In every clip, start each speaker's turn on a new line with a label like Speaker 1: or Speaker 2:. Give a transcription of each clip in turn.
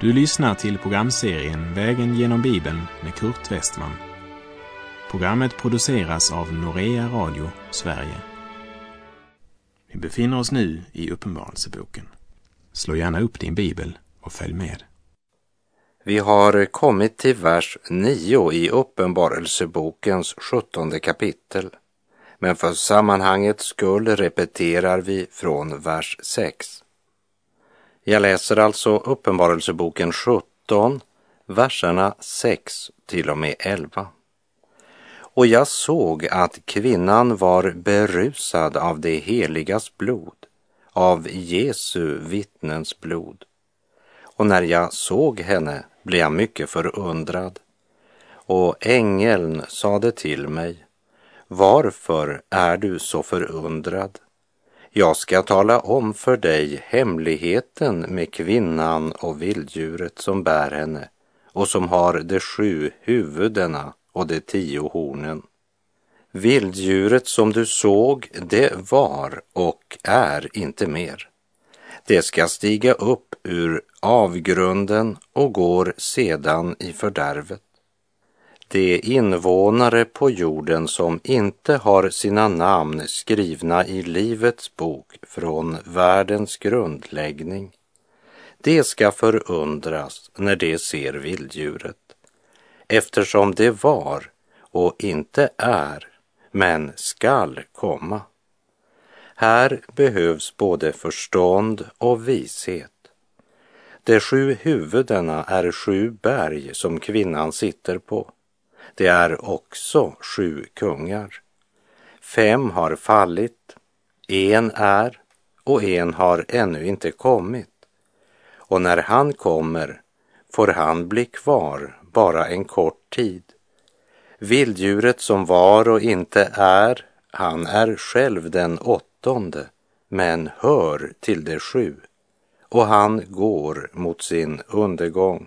Speaker 1: Du lyssnar till programserien Vägen genom Bibeln med Kurt Westman. Programmet produceras av Norea Radio, Sverige. Vi befinner oss nu i Uppenbarelseboken. Slå gärna upp din bibel och följ med.
Speaker 2: Vi har kommit till vers 9 i Uppenbarelsebokens 17:e kapitel. Men för sammanhangets skull repeterar vi från vers 6. Jag läser alltså Uppenbarelseboken 17, verserna 6 till och med 11. Och jag såg att kvinnan var berusad av det heligas blod, av Jesu vittnens blod. Och när jag såg henne blev jag mycket förundrad. Och ängeln sade till mig: varför är du så förundrad? Jag ska tala om för dig hemligheten med kvinnan och vilddjuret som bär henne och som har de 7 huvudena och de 10 hornen. Vilddjuret som du såg, det var och är inte mer. Det ska stiga upp ur avgrunden och går sedan i fördärvet. De invånare på jorden som inte har sina namn skrivna i livets bok från världens grundläggning, det ska förundras när de ser vilddjuret, eftersom det var och inte är, men skall komma. Här behövs både förstånd och vishet. De 7 huvudena är 7 berg som kvinnan sitter på. Det är också 7 kungar. 5 har fallit, 1 är och 1 har ännu inte kommit. Och när han kommer får han bli kvar bara en kort tid. Vilddjuret som var och inte är, han är själv den 8:e, men hör till de 7, och han går mot sin undergång.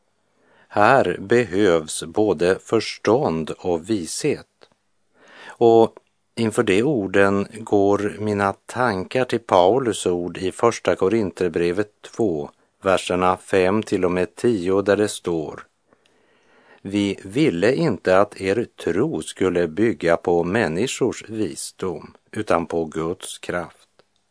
Speaker 2: Här behövs både förstånd och vishet. Och inför de orden går mina tankar till Paulus ord i första Korinterbrevet 2, verserna 5 till och med 10, där det står: vi ville inte att er tro skulle bygga på människors visdom, utan på Guds kraft.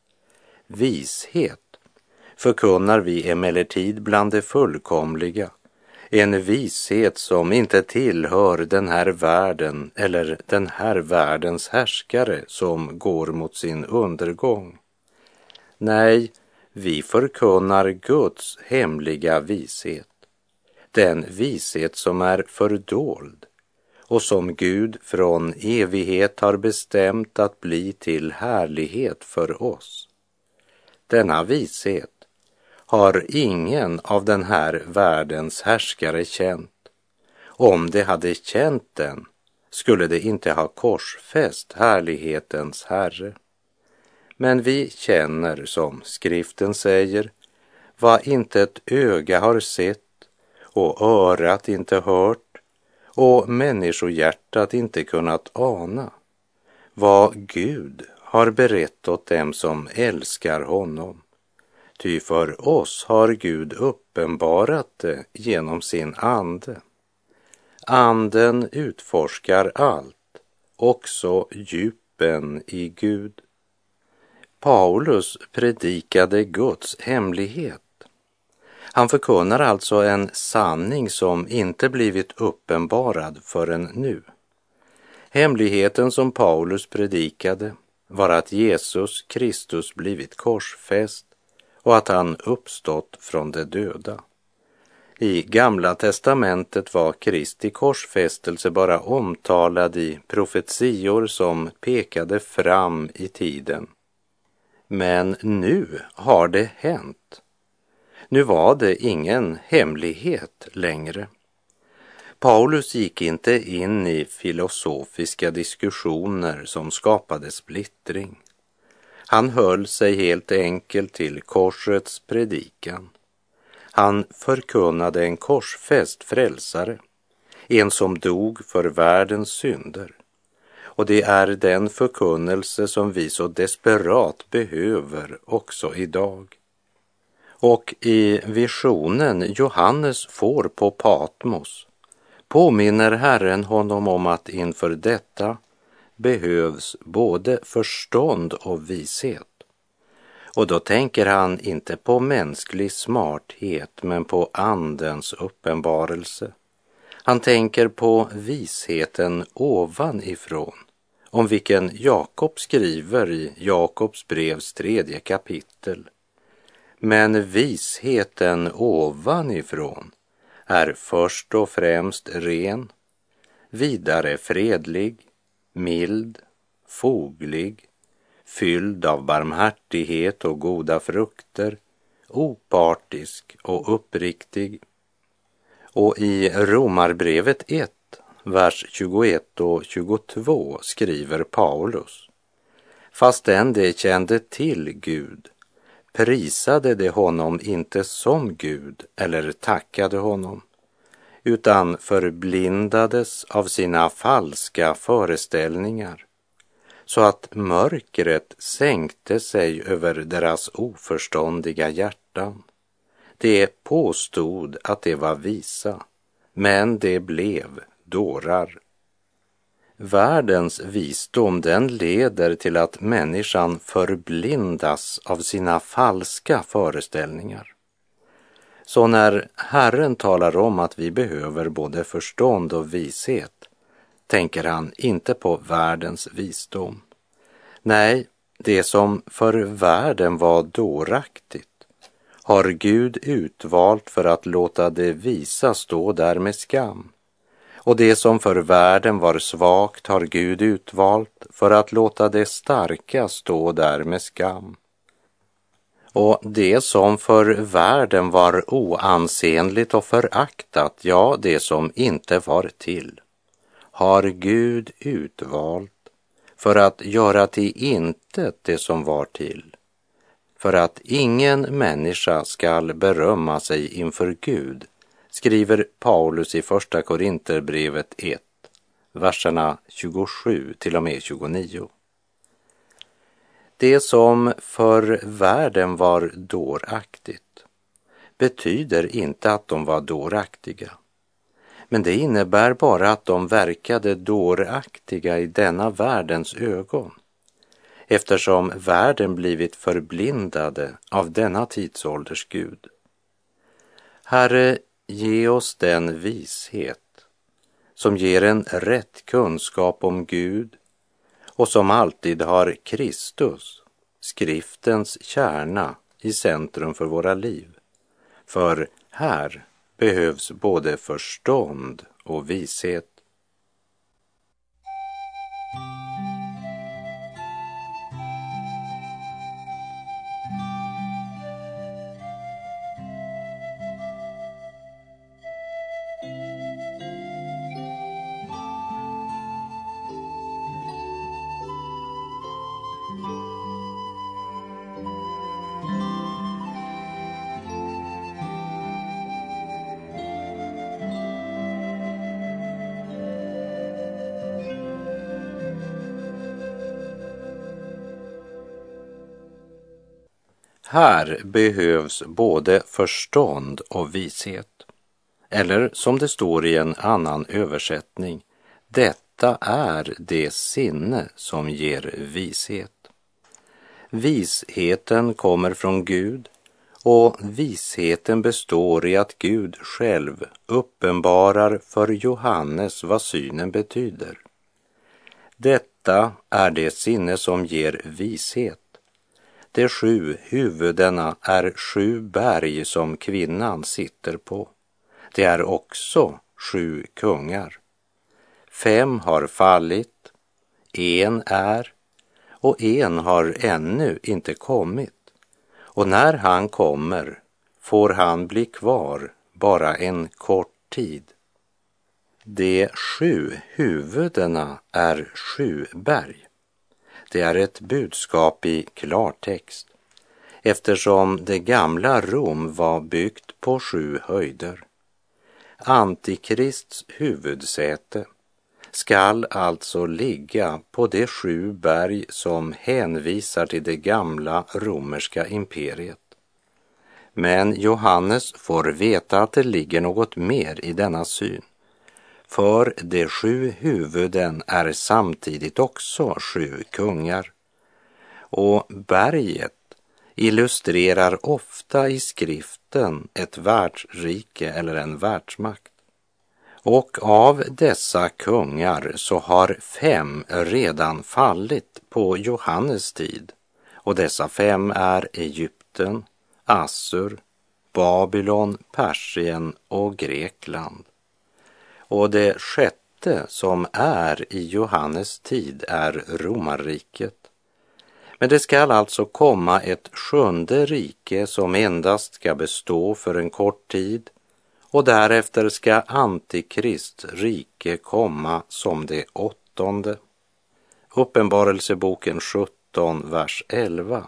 Speaker 2: Vishet förkunnar vi emellertid bland det fullkomliga, en vishet som inte tillhör den här världen eller den här världens härskare som går mot sin undergång. Nej, vi förkunnar Guds hemliga vishet, den vishet som är fördold och som Gud från evighet har bestämt att bli till härlighet för oss. Denna vishet har ingen av den här världens härskare känt. Om de hade känt den skulle de inte ha korsfäst härlighetens Herre. Men vi känner, som skriften säger, vad inte ett öga har sett och örat inte hört och människohjärtat inte kunnat ana, vad Gud har berett åt dem som älskar honom. Ty för oss har Gud uppenbarat det genom sin ande. Anden utforskar allt, också djupen i Gud. Paulus predikade Guds hemlighet. Han förkunnar alltså en sanning som inte blivit uppenbarad förrän nu. Hemligheten som Paulus predikade var att Jesus Kristus blivit korsfäst och att han uppstått från de döda. I Gamla testamentet var Kristi korsfästelse bara omtalad i profetior som pekade fram i tiden. Men nu har det hänt. Nu var det ingen hemlighet längre. Paulus gick inte in i filosofiska diskussioner som skapade splittring. Han höll sig helt enkelt till korsets predikan. Han förkunnade en korsfäst frälsare, en som dog för världens synder. Och det är den förkunnelse som vi så desperat behöver också idag. Och i visionen Johannes får på Patmos påminner Herren honom om att inför detta behövs både förstånd och vishet. Och då tänker han inte på mänsklig smarthet men på andens uppenbarelse. Han tänker på visheten ovanifrån, om vilken Jakob skriver i Jakobs brevs 3:e kapitel. Men visheten ovanifrån är först och främst ren, vidare fredlig, mild, foglig, fylld av barmhärtighet och goda frukter, opartisk och uppriktig. Och i Romarbrevet 1, vers 21 och 22 skriver Paulus: fastän de kände till Gud prisade de honom inte som Gud eller tackade honom, utan förblindades av sina falska föreställningar, så att mörkret sänkte sig över deras oförståndiga hjärtan. De påstod att de var visa, men de blev dårar. Världens visdom, den leder till att människan förblindas av sina falska föreställningar. Så när Herren talar om att vi behöver både förstånd och vishet, tänker han inte på världens visdom. Nej, det som för världen var dåraktigt har Gud utvalt för att låta det visa stå där med skam. Och det som för världen var svagt har Gud utvalt för att låta det starka stå där med skam. Och det som för världen var oansenligt och föraktat, ja, det som inte var till, har Gud utvalt för att göra till intet det som var till, för att ingen människa skall berömma sig inför Gud, skriver Paulus i första Korinterbrevet 1, verserna 27 till och med 29. Det som för världen var dåraktigt betyder inte att de var dåraktiga, men det innebär bara att de verkade dåraktiga i denna världens ögon, eftersom världen blivit förblindade av denna tidsålders Gud. Herre, ge oss den vishet som ger en rätt kunskap om Gud och som alltid har Kristus, skriftens kärna, i centrum för våra liv. För här behövs både förstånd och vishet. Här behövs både förstånd och vishet. Eller som det står i en annan översättning, detta är det sinne som ger vishet. Visheten kommer från Gud, och visheten består i att Gud själv uppenbarar för Johannes vad synen betyder. Detta är det sinne som ger vishet. De 7 huvudena är 7 berg som kvinnan sitter på. Det är också 7 kungar. 5 har fallit, 1 är, och 1 har ännu inte kommit. Och när han kommer får han bli kvar bara en kort tid. De 7 huvudena är 7 berg. Det är ett budskap i klartext, eftersom det gamla Rom var byggt på 7 höjder. Antikrists huvudsäte skall alltså ligga på de 7 berg som hänvisar till det gamla romerska imperiet. Men Johannes får veta att det ligger något mer i denna syn. För de 7 huvuden är samtidigt också 7 kungar. Och berget illustrerar ofta i skriften ett världsrike eller en världsmakt. Och av dessa kungar så har 5 redan fallit på Johannes tid. Och dessa 5 är Egypten, Assur, Babylon, Persien och Grekland. Och det 6:e som är i Johannes tid är romarriket. Men det ska alltså komma ett 7:e rike som endast ska bestå för en kort tid, och därefter ska Antikrist rike komma som det 8:e. Uppenbarelseboken 17, vers 11.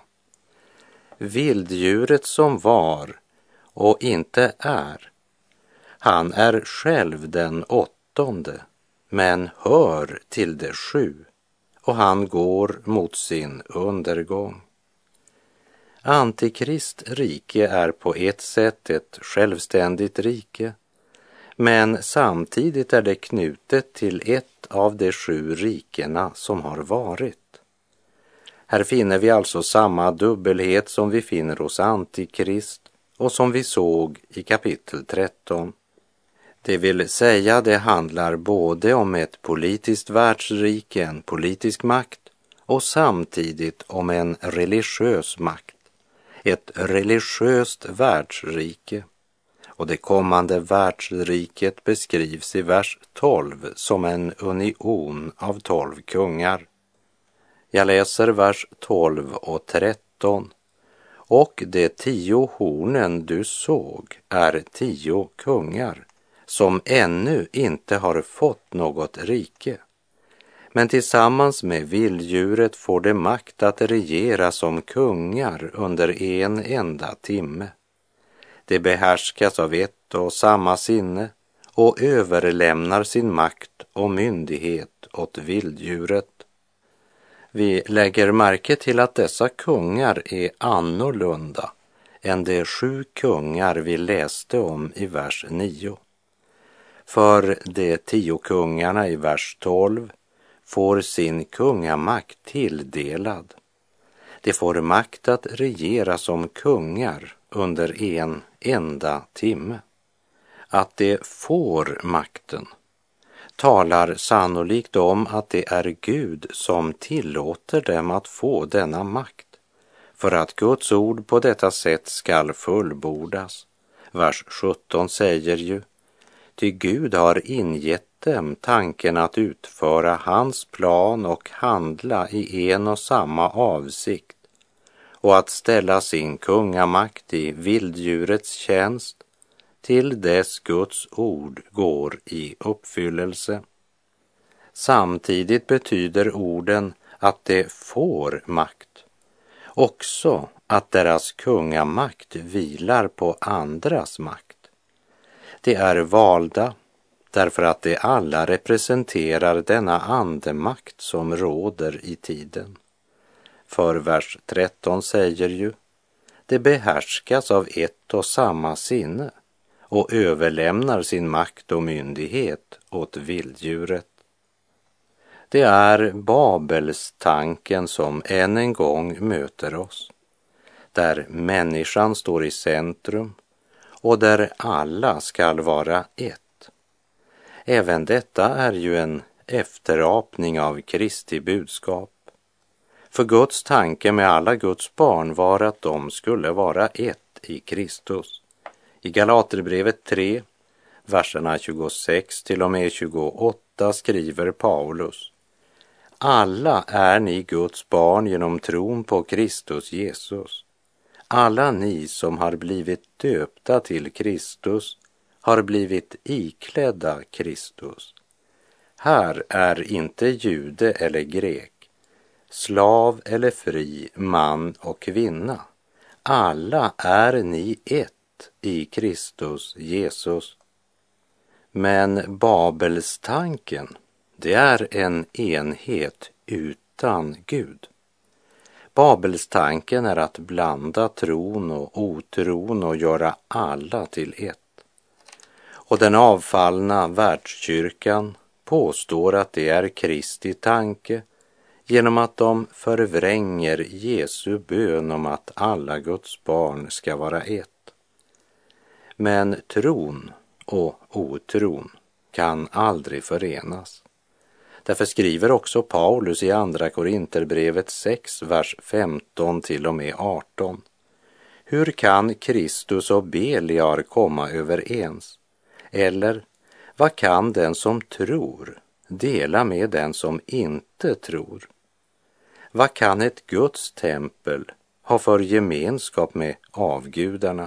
Speaker 2: Vilddjuret som var och inte är, han är själv den 8:e, men hör till de 7, och han går mot sin undergång. Antikrist rike är på ett sätt ett självständigt rike, men samtidigt är det knutet till ett av de 7 rikena som har varit. Här finner vi alltså samma dubbelhet som vi finner hos Antikrist och som vi såg i kapitel 13. Det vill säga, det handlar både om ett politiskt världsrike, en politisk makt, och samtidigt om en religiös makt, ett religiöst världsrike. Och det kommande världsriket beskrivs i vers 12 som en union av 12 kungar. Jag läser vers 12 och 13. Och de 10 hornen du såg är 10 kungar som ännu inte har fått något rike. Men tillsammans med vilddjuret får de makt att regera som kungar under en enda timme. De behärskas av ett och samma sinne och överlämnar sin makt och myndighet åt vilddjuret. Vi lägger märke till att dessa kungar är annorlunda än de 7 kungar vi läste om i vers 9. För de 10 kungarna i vers 12 får sin kungamakt tilldelad. De får makt att regera som kungar under en enda timme. Att de får makten talar sannolikt om att det är Gud som tillåter dem att få denna makt, för att Guds ord på detta sätt skall fullbordas. Vers 17 säger ju: ty Gud har ingett dem tanken att utföra hans plan och handla i en och samma avsikt, och att ställa sin kungamakt i vilddjurets tjänst till dess Guds ord går i uppfyllelse. Samtidigt betyder orden att de får makt också att deras kungamakt vilar på andras makt. De är valda därför att de alla representerar denna andemakt som råder i tiden. För vers 13 säger ju: det behärskas av ett och samma sinne och överlämnar sin makt och myndighet åt vilddjuret. Det är Babelstanken som än en gång möter oss, där människan står i centrum och där alla skall vara ett. Även detta är ju en efterapning av Kristi budskap. För Guds tanke med alla Guds barn var att de skulle vara ett i Kristus. I Galaterbrevet 3, verserna 26 till och med 28 skriver Paulus: alla är ni Guds barn genom tron på Kristus Jesus. Alla ni som har blivit döpta till Kristus har blivit iklädda Kristus. Här är inte jude eller grek, slav eller fri, man och kvinna. Alla är ni ett i Kristus Jesus. Men Babelstanken, det är en enhet utan Gud. Babelstanken är att blanda tron och otron och göra alla till ett. Och den avfallna världskyrkan påstår att det är Kristi tanke genom att de förvränger Jesu bön om att alla Guds barn ska vara ett. Men tron och otron kan aldrig förenas. Därför skriver också Paulus i andra Korinterbrevet 6, vers 15 till och med 18. Hur kan Kristus och Beliar komma överens? Eller vad kan den som tror dela med den som inte tror? Vad kan ett Guds tempel ha för gemenskap med avgudarna?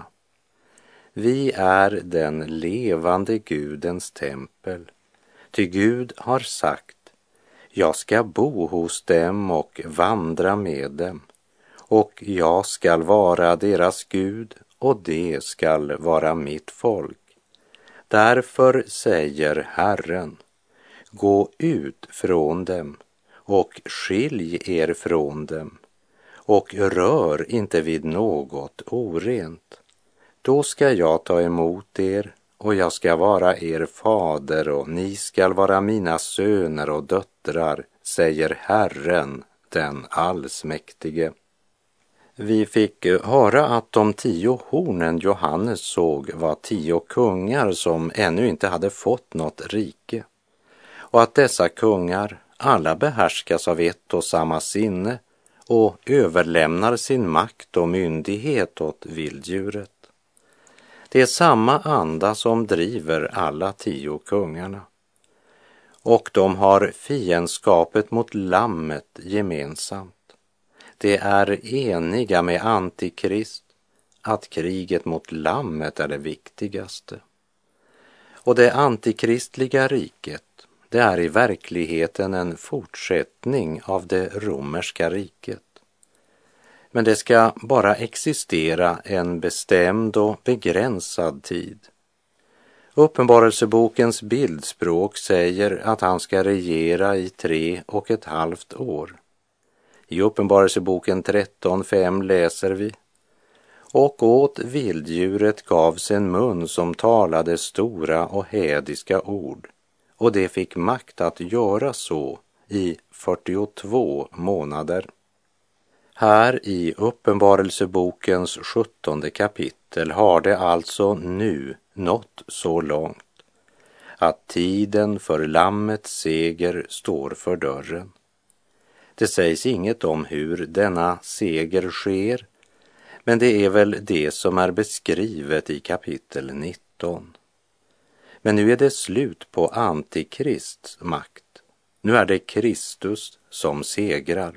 Speaker 2: Vi är den levande Gudens tempel. Ty Gud har sagt: jag ska bo hos dem och vandra med dem, och jag skall vara deras Gud, och det skall vara mitt folk. Därför säger Herren: gå ut från dem och skilj er från dem, och rör inte vid något orent. Då ska jag ta emot er, och jag ska vara er fader, och ni skall vara mina söner och döttrar, säger Herren, den allsmäktige. Vi fick höra att de 10 hornen Johannes såg var 10 kungar som ännu inte hade fått något rike, och att dessa kungar alla behärskas av ett och samma sinne och överlämnar sin makt och myndighet åt vilddjuret. Det är samma anda som driver alla 10 kungarna, och de har fiendskapet mot lammet gemensamt. Det är eniga med Antikrist att kriget mot lammet är det viktigaste. Och det antikristliga riket, det är i verkligheten en fortsättning av det romerska riket. Men det ska bara existera en bestämd och begränsad tid. Uppenbarelsebokens bildspråk säger att han ska regera i 3,5 år. I Uppenbarelseboken 13:5 läser vi: och åt vilddjuret gavs en mun som talade stora och hädiska ord, och det fick makt att göra så i 42 månader. Här i Uppenbarelsebokens 17:e kapitel har det alltså nu nått så långt att tiden för lammets seger står för dörren. Det sägs inget om hur denna seger sker, men det är väl det som är beskrivet i kapitel 19. Men nu är det slut på Antikrists makt. Nu är det Kristus som segrar.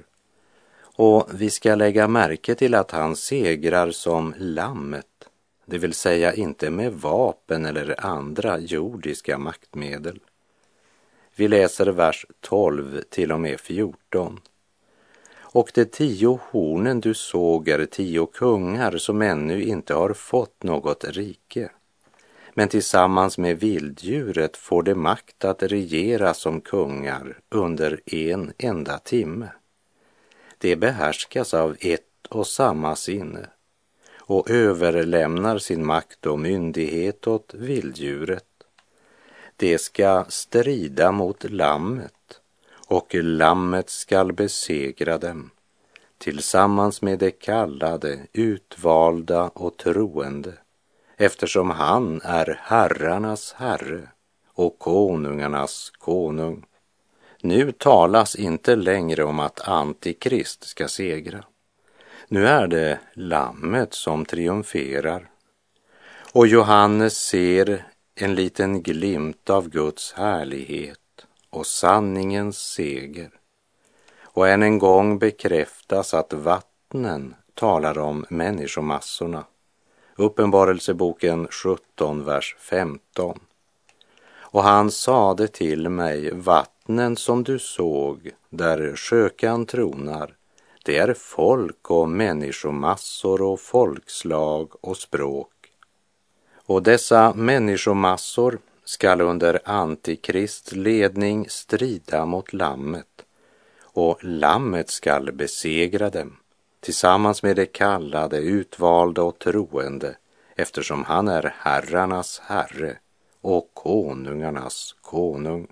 Speaker 2: Och vi ska lägga märke till att han segrar som lammet, det vill säga inte med vapen eller andra jordiska maktmedel. Vi läser vers 12 till och med 14. Och de 10 hornen du såg är 10 kungar som ännu inte har fått något rike. Men tillsammans med vilddjuret får de makt att regera som kungar under en enda timme. Det behärskas av ett och samma sinne och överlämnar sin makt och myndighet åt vilddjuret. Det ska strida mot lammet, och lammet skall besegra dem, tillsammans med de kallade, utvalda och troende, eftersom han är herrarnas herre och konungarnas konung. Nu talas inte längre om att Antikrist ska segra. Nu är det lammet som triumferar. Och Johannes ser en liten glimt av Guds härlighet och sanningens seger. Och än en gång bekräftas att vattnen talar om människomassorna. Uppenbarelseboken 17, vers 15. Och han sade till mig: vattnen som du såg där skökan tronar, det är folk och människomassor och folkslag och språk. Och dessa människomassor skall under Antikrists ledning strida mot lammet, och lammet skall besegra dem, tillsammans med de kallade, utvalda och troende, eftersom han är herrarnas herre och konungarnas konung.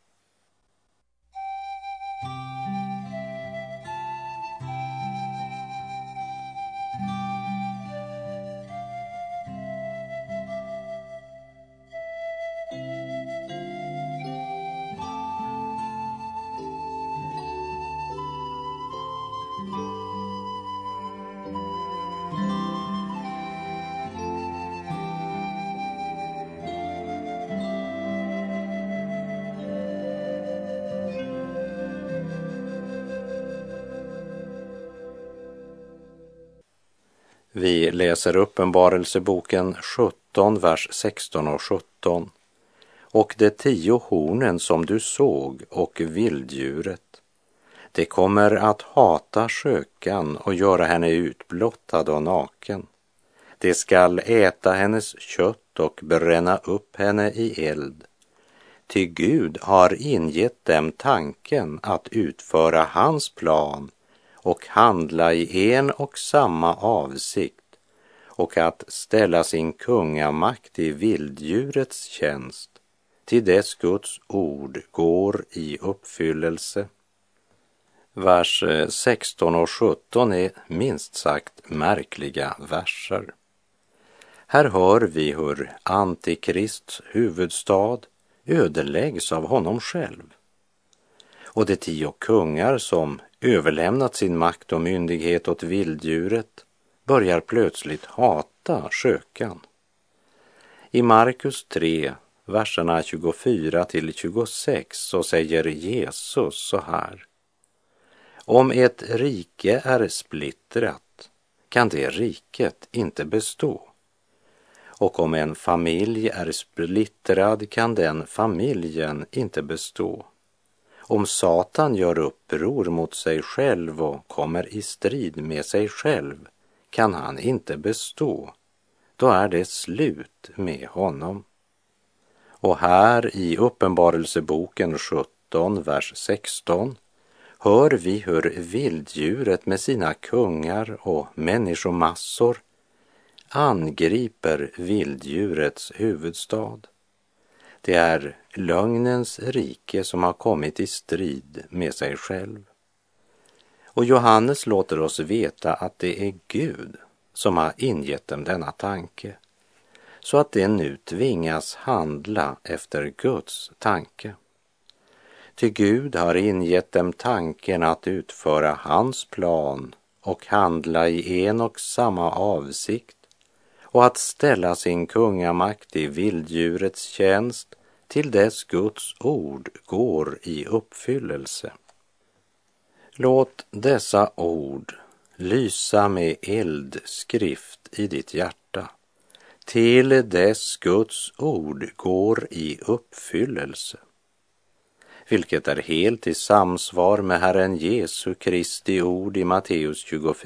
Speaker 2: Vi läser Uppenbarelseboken 17, vers 16 och 17. Och de 10 hornen som du såg och vilddjuret, det kommer att hata skökan och göra henne utblottad och naken. Det skall äta hennes kött och bränna upp henne i eld. Ty Gud har ingett dem tanken att utföra hans plan och handla i en och samma avsikt och att ställa sin kungamakt i vilddjurets tjänst till dess Guds ord går i uppfyllelse. Vers 16 och 17 är minst sagt märkliga verser. Här hör vi hur Antikrists huvudstad ödeläggs av honom själv. Och de 10 kungar som överlämnat sin makt och myndighet åt vilddjuret börjar plötsligt hata skökan. I Markus 3, verserna 24 till 26 så säger Jesus så här: Om ett rike är splittrat kan det riket inte bestå. Och om en familj är splittrad kan den familjen inte bestå. Om Satan gör uppror mot sig själv och kommer i strid med sig själv kan han inte bestå. Då är det slut med honom. Och här i Uppenbarelseboken 17, vers 16 hör vi hur vilddjuret med sina kungar och människomassor angriper vilddjurets huvudstad. Det är lögnens rike som har kommit i strid med sig själv. Och Johannes låter oss veta att det är Gud som har ingett dem denna tanke, så att de nu tvingas handla efter Guds tanke. Ty Gud har ingett dem tanken att utföra hans plan och handla i en och samma avsikt och att ställa sin kungamakt i vilddjurets tjänst till dess Guds ord går i uppfyllelse. Låt dessa ord lysa med eldskrift i ditt hjärta till dess Guds ord går i uppfyllelse, vilket är helt i samsvar med Herren Jesu Kristi ord i Matteus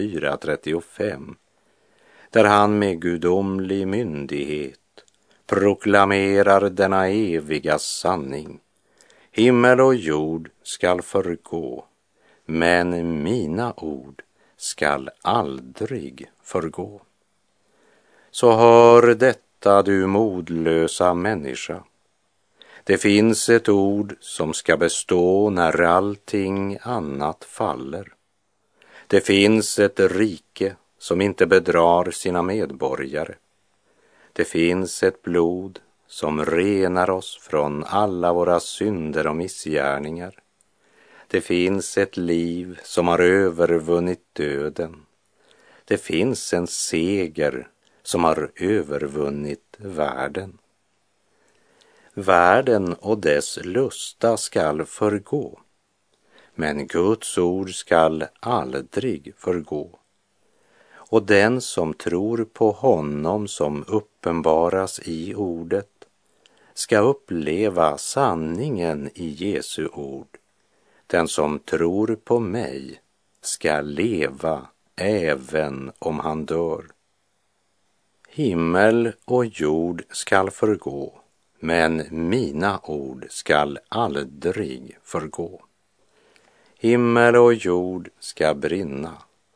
Speaker 2: 24:35, där han med gudomlig myndighet proklamerar denna eviga sanning: himmel och jord skall förgå, men mina ord skall aldrig förgå. Så hör detta, du modlösa människa. Det finns ett ord som ska bestå när allting annat faller. Det finns ett rike som inte bedrar sina medborgare. Det finns ett blod som renar oss från alla våra synder och missgärningar. Det finns ett liv som har övervunnit döden. Det finns en seger som har övervunnit världen. Världen och dess lusta skall förgå, men Guds ord skall aldrig förgå. Och den som tror på honom som uppenbaras i ordet ska uppleva sanningen i Jesu ord. Den som tror på mig ska leva även om han dör. Himmel och jord skall förgå, men mina ord skall aldrig förgå. Himmel och jord ska brinna,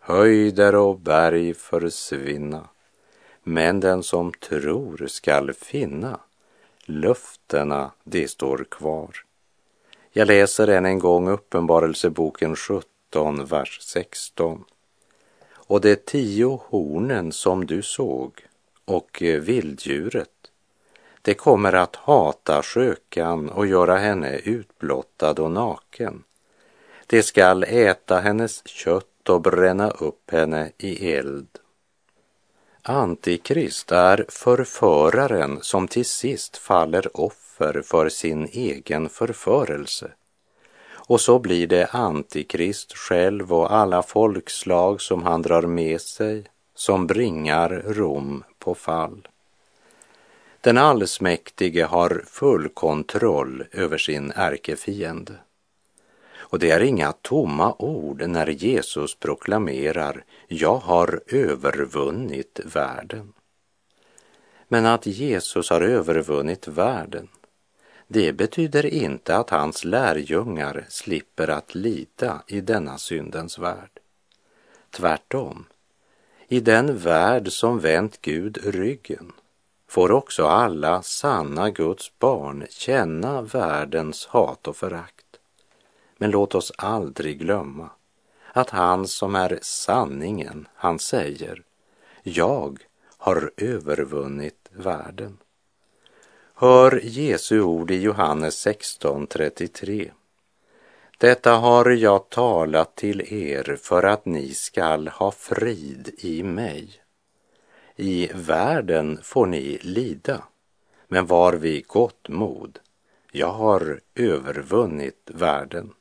Speaker 2: höjder och berg försvinna, men den som tror skall finna. Löftena, det står kvar. Jag läser än en gång Uppenbarelseboken 17, vers 16. Och de 10 hornen som du såg och vilddjuret, det kommer att hata skökan och göra henne utblottad och naken. Det skall äta hennes kött och bränna upp henne i eld. Antikrist är förföraren som till sist faller offer för sin egen förförelse. Och så blir det Antikrist själv och alla folkslag som han drar med sig som bringar Rom på fall. Den allsmäktige har full kontroll över sin ärkefiende. Och det är inga tomma ord när Jesus proklamerar: jag har övervunnit världen. Men att Jesus har övervunnit världen, det betyder inte att hans lärjungar slipper att lida i denna syndens värld. Tvärtom, i den värld som vänt Gud ryggen får också alla sanna Guds barn känna världens hat och förakt. Men låt oss aldrig glömma att han som är sanningen, han säger: jag har övervunnit världen. Hör Jesu ord i Johannes 16:33. Detta har jag talat till er för att ni skall ha frid i mig. I världen får ni lida, men var vid gott mod. Jag har övervunnit världen.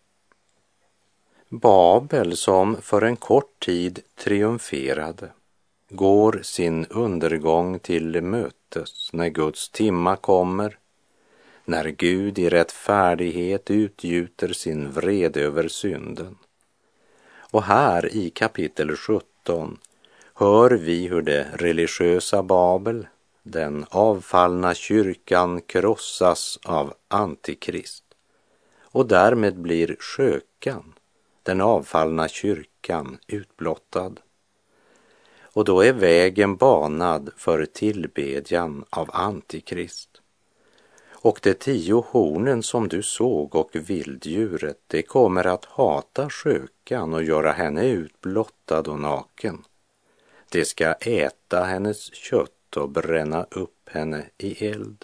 Speaker 2: Babel, som för en kort tid triumferade, går sin undergång till mötes när Guds timma kommer, när Gud i rättfärdighet utgjuter sin vrede över synden. Och här i kapitel 17 hör vi hur det religiösa Babel, den avfallna kyrkan, krossas av Antikrist. Och därmed blir skökan, den avfallna kyrkan, utblottad. Och då är vägen banad för tillbedjan av Antikrist. Och de 10 hornen som du såg och vilddjuret, det kommer att hata skökan och göra henne utblottad och naken. Det ska äta hennes kött och bränna upp henne i eld.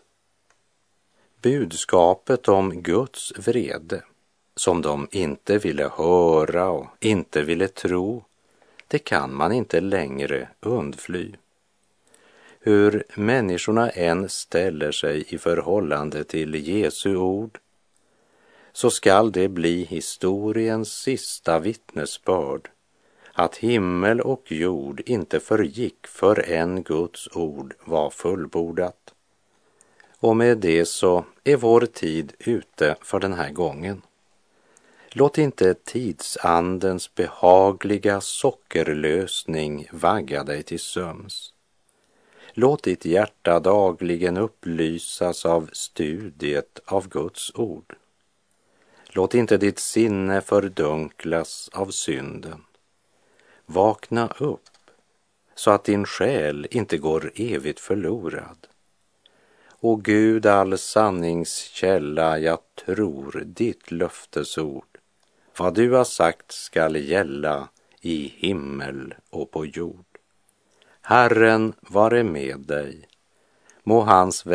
Speaker 2: Budskapet om Guds vrede, som de inte ville höra och inte ville tro, det kan man inte längre undfly. Hur människorna än ställer sig i förhållande till Jesu ord, så skall det bli historiens sista vittnesbörd att himmel och jord inte förgick förrän Guds ord var fullbordat. Och med det så är vår tid ute för den här gången. Låt inte tidsandens behagliga sockerlösning vagga dig till sömns. Låt ditt hjärta dagligen upplysas av studiet av Guds ord. Låt inte ditt sinne fördunklas av synden. Vakna upp så att din själ inte går evigt förlorad. O Gud, all sanningskälla, jag tror ditt löftesord. Vad du har sagt skall gälla i himmel och på jord. Herren vare med dig. Må hans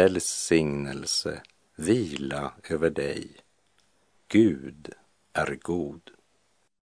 Speaker 2: välsignelse vila över dig. Gud är god.